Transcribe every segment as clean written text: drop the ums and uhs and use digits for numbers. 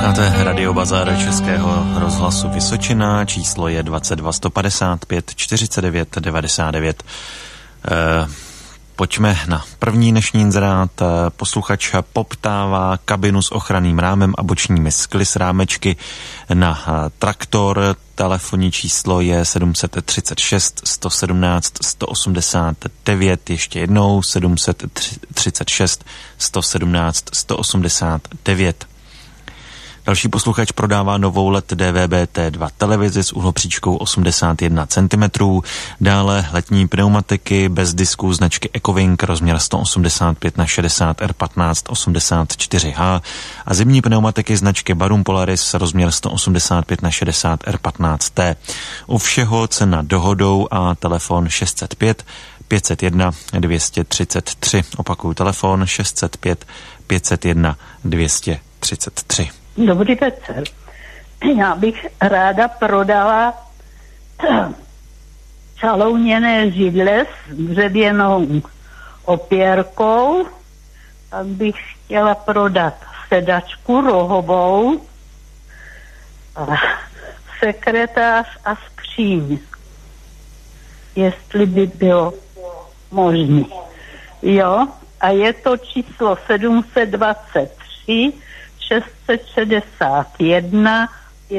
Posloucháte Radio Bazar Českého rozhlasu Vysočina, číslo je 22 155 49 99. Pojďme na první dnešní inzerát. Posluchač poptává kabinu s ochranným rámem a bočními skly z rámečky na traktor. Telefonní číslo je 736 117 189, ještě jednou 736 117 189. Další posluchač prodává novou LED DVB-T2 televizi s uhlopříčkou 81 cm, dále letní pneumatiky bez disků značky Ecowing rozměr 185 na 60 R15 84H a zimní pneumatiky značky Barum Polaris rozměr 185 na 60 R15T. U všeho cena dohodou a telefon 605 501 233. Opakuju telefon 605 501 233. Dobrý večer. Já bych ráda prodala čalouněné židle s dřevěnou opěrkou. Pak bych chtěla prodat sedačku rohovou, sekretář a skříň. Jestli by bylo možné. Jo, a je to číslo 723 661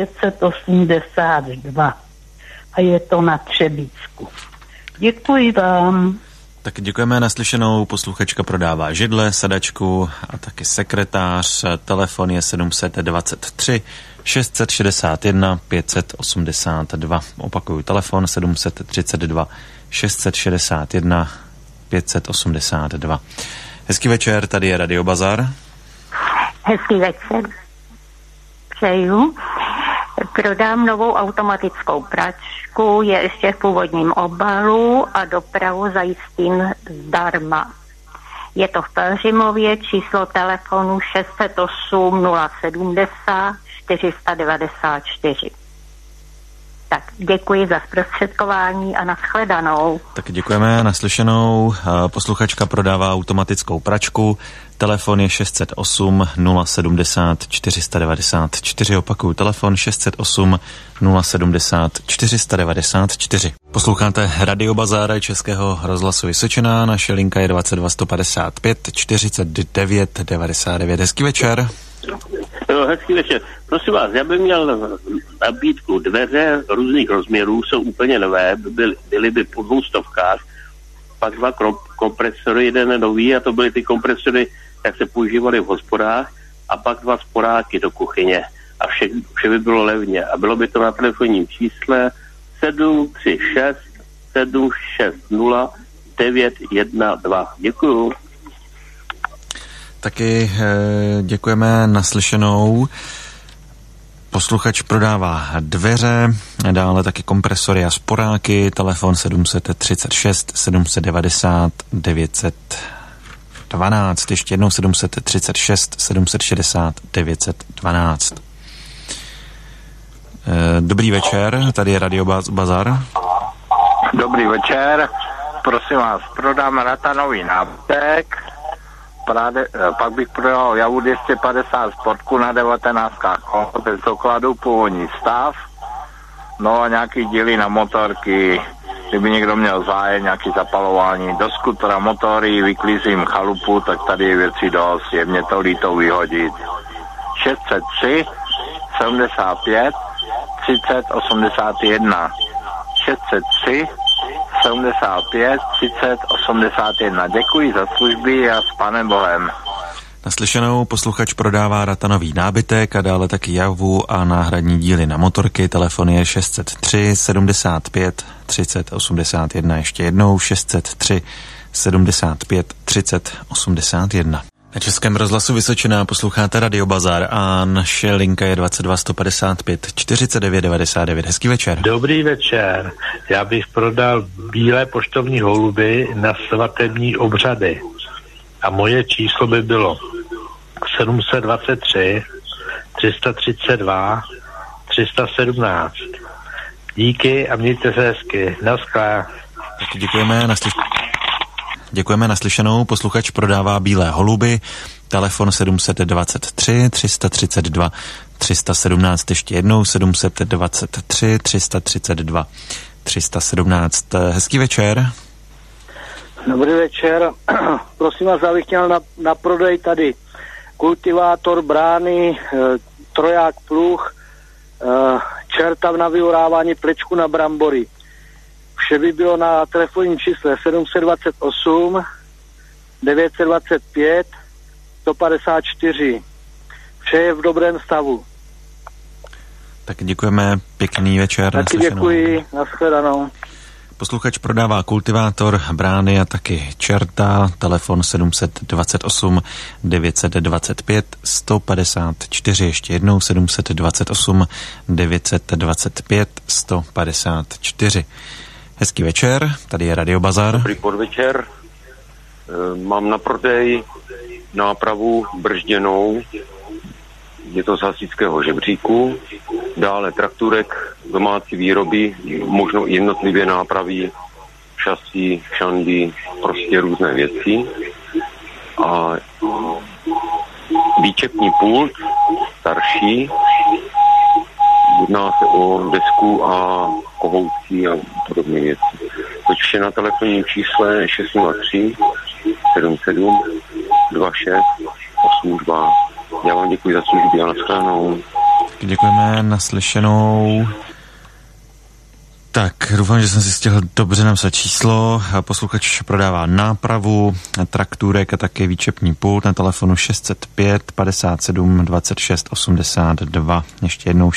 582 a je to na Třebíčku. Děkuji vám. Tak děkujeme, naslyšenou. Posluchačka prodává židle, sedačku a taky sekretář. Telefon je 723 661 582. Opakuju telefon 732 661 582. Hezký večer, tady je Radio Bazar. Hezký večer. Přeju. Prodám novou automatickou pračku, je ještě v původním obalu a dopravu zajistím zdarma. Je to v Pelřimově, číslo telefonu 608 070 494. Tak děkuji za zprostředkování a nashledanou. Tak děkujeme, naslyšenou. Posluchačka prodává automatickou pračku. Telefon je 608 070 494. Opakuju telefon 608 070 494. Posloucháte Radio Bazar Českého rozhlasu Vysočina. Naše linka je 22 155 49 99. Hezký večer. Jo, hezký večer. Prosím vás, já bych měl nabídku. Dveře různých rozměrů jsou úplně nové, byly by po 200, pak dva kompresory, jeden nový, a to byly ty kompresory, jak se používaly v hospodách, a pak dva sporáky do kuchyně. A vše by bylo levně. A bylo by to na telefonním čísle 736 760 912. Děkuju. Taky děkujeme, naslyšenou. Posluchač prodává dveře, dále taky kompresory a sporáky, telefon 736 790 912, ještě jednou 736 760 912. Dobrý večer, tady je Radio Bazar. Dobrý večer, prosím vás, prodám ratanový nábytek. Pak bych prodal Javu 250 sportku na 19 kol, bez dokladu, původní stav, no a nějaký díly na motorky, kdyby někdo měl zájem, nějaký zapalování do skutra, motory, vyklízím chalupu, tak tady je věcí dost, je mě to líto vyhodit. 603 75 30 81 603 75 30 81. Děkuji za služby a s Panem Bohem. Naslyšenou. Posluchač prodává ratanový nábytek a dále taky Javu a náhradní díly na motorky. Telefon je 603 75 30 81. Ještě jednou 603 75 30 81. Na Českém rozhlasu Vysočina posloucháte Radio Bazar a naše linka je 22 155 49 99. Hezký večer. Dobrý večer. Já bych prodal bílé poštovní holuby na svatební obřady. A moje číslo by bylo 723 332 317. Díky a mějte se hezky. Naschle. Děkujeme, naslyšenou. Posluchač prodává bílé holuby. telefon 723 332 317, ještě jednou 723 332 317. Hezký večer. Dobrý večer. Prosím vás, já bych měl na prodej tady kultivátor, brány, troják pluh, čerta na vyurávání plečku na brambory. Vše by bylo na telefonním čísle 728 925 154. Vše je v dobrém stavu. Tak děkujeme, pěkný večer. Taky děkuji, nashledanou. Posluchač prodává kultivátor, brány a taky čerta, telefon 728 925 154, ještě jednou 728 925 154. Hezký večer, tady je Radio Bazar. Dobrý podvečer, mám na prodej nápravu bržděnou, je to z hasičského žebříku, dále trakturek domácí výroby, možno jednotlivě nápraví, šasí, šandy, prostě různé věci. A výčepní pult, starší, jedná se o desku a kohoutky a podobné věci. To vše na telefonním čísle 603 77 26 82. Já vám děkuji za služby a nashledanou. Děkujeme, naslyšenou. Tak, doufám, že jsem si stihl dobře napsat číslo. Posluchač prodává nápravu, traktůrek a také výčepní pult na telefonu 605 57 26 82. Ještě jednou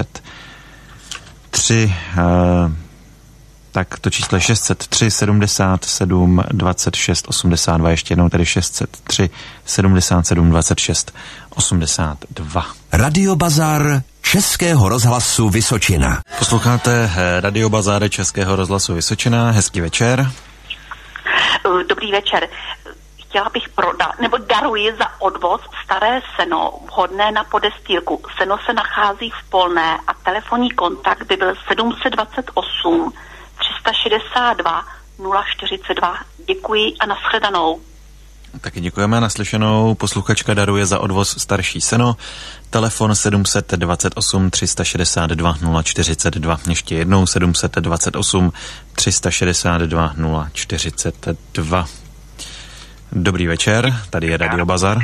603. Tak to číslo je 603 77 26 82. Ještě jednou tedy 603 77 26 82. Radio Bazar Českého rozhlasu Vysočina. Posloucháte Radio Bazar Českého rozhlasu Vysočina. Hezký večer. Dobrý večer. Chtěla bych prodat, nebo daruji za odvoz staré seno, vhodné na podestýlku. Seno se nachází v Polné a telefonní kontakt by byl 728 362 042. Děkuji a nashledanou. Taky děkujeme, naslyšenou. Posluchačka daruje za odvoz starší seno. Telefon 728 362 042. Ještě jednou 728 362 042. Dobrý večer, tady je Radio Bazar.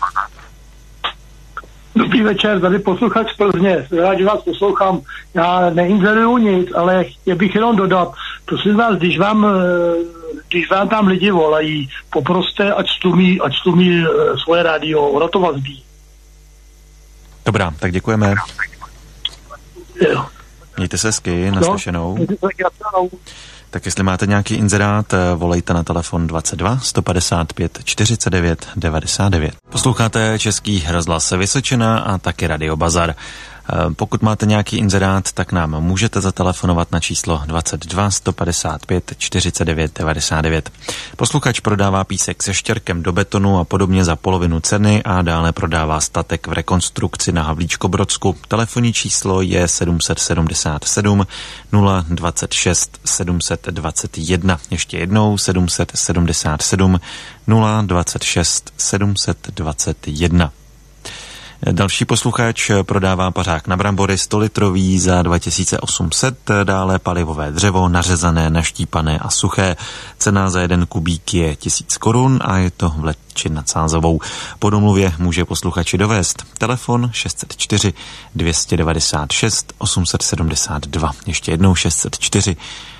Dobrý večer, tady posluchač z Plzně. Rád, že vás poslouchám. Já neinzeruju nic, ale chtěl bych jenom dodat. Prosím vás, když vám tam lidi volají, poproste, ať stlumí svoje rádio, ono to vazbí. Dobrá, tak děkujeme. Jo. Mějte se hezky, naslyšenou. Tak jestli máte nějaký inzerát, volejte na telefon 22 155 49 99. Posloucháte Český rozhlas Vysočina a taky Radio Bazar. Pokud máte nějaký inzerát, tak nám můžete zatelefonovat na číslo 22 155 49 99. Posluchač prodává písek se štěrkem do betonu a podobně za polovinu ceny a dále prodává statek v rekonstrukci na Havlíčkobrodsku. Telefonní číslo je 777 026 721. Ještě jednou 777 026 721. Další posluchač prodává pařák na brambory 100 litrový za 2800, dále palivové dřevo, nařezané, naštípané a suché. Cena za 1 kubík je 1000 korun a je to v Letči nad Sázovou. Po domluvě může posluchači dovést. Telefon 604 296 872. Ještě jednou 604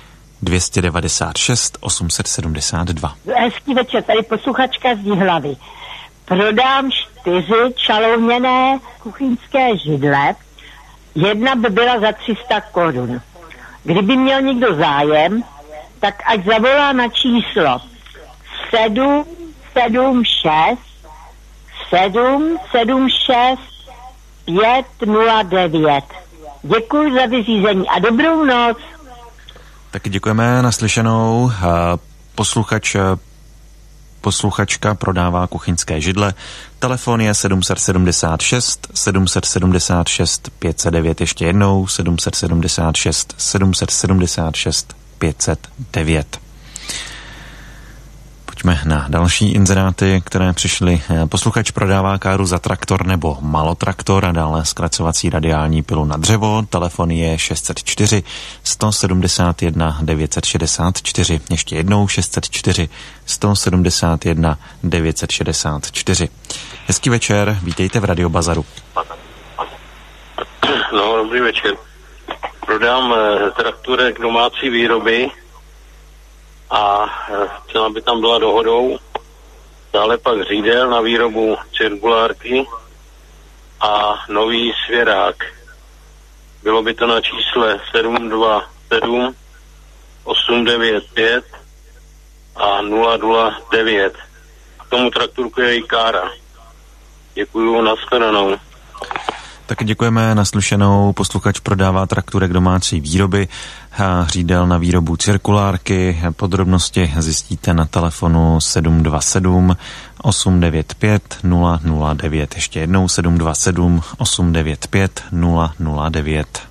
296 872. Hezký večer, tady posluchačka z Jihlavy. Prodám 4 čalouněné kuchyňské židle. Jedna by byla za 300 korun. Kdyby měl někdo zájem, tak ať zavolá na číslo 776 776 509. Děkuji za vyřízení a dobrou noc. Taky děkujeme, naslyšenou. Posluchačka prodává kuchyňské židle. Telefon je 776 776 509. Ještě jednou 776 776 509. Pojďme na další inzeráty, které přišly. Posluchač prodává káru za traktor nebo malotraktor a dále zkracovací radiální pilu na dřevo. Telefon je 604 171 964. Ještě jednou 604 171 964. Hezký večer, vítejte v Radio Bazaru. No, dobrý večer. Prodám traktorek domácí výroby a cena by tam byla dohodou. Dále pak řídel na výrobu cirkulárky a nový svěrák. Bylo by to na čísle 727 895 a 009. K tomu traktorku je i kára. Děkuju, nashledanou. Tak děkujeme, naslyšenou. Posluchač prodává traktorek domácí výroby a řídel na výrobu cirkulárky. Podrobnosti zjistíte na telefonu 727 895 009. Ještě jednou 727 895 009.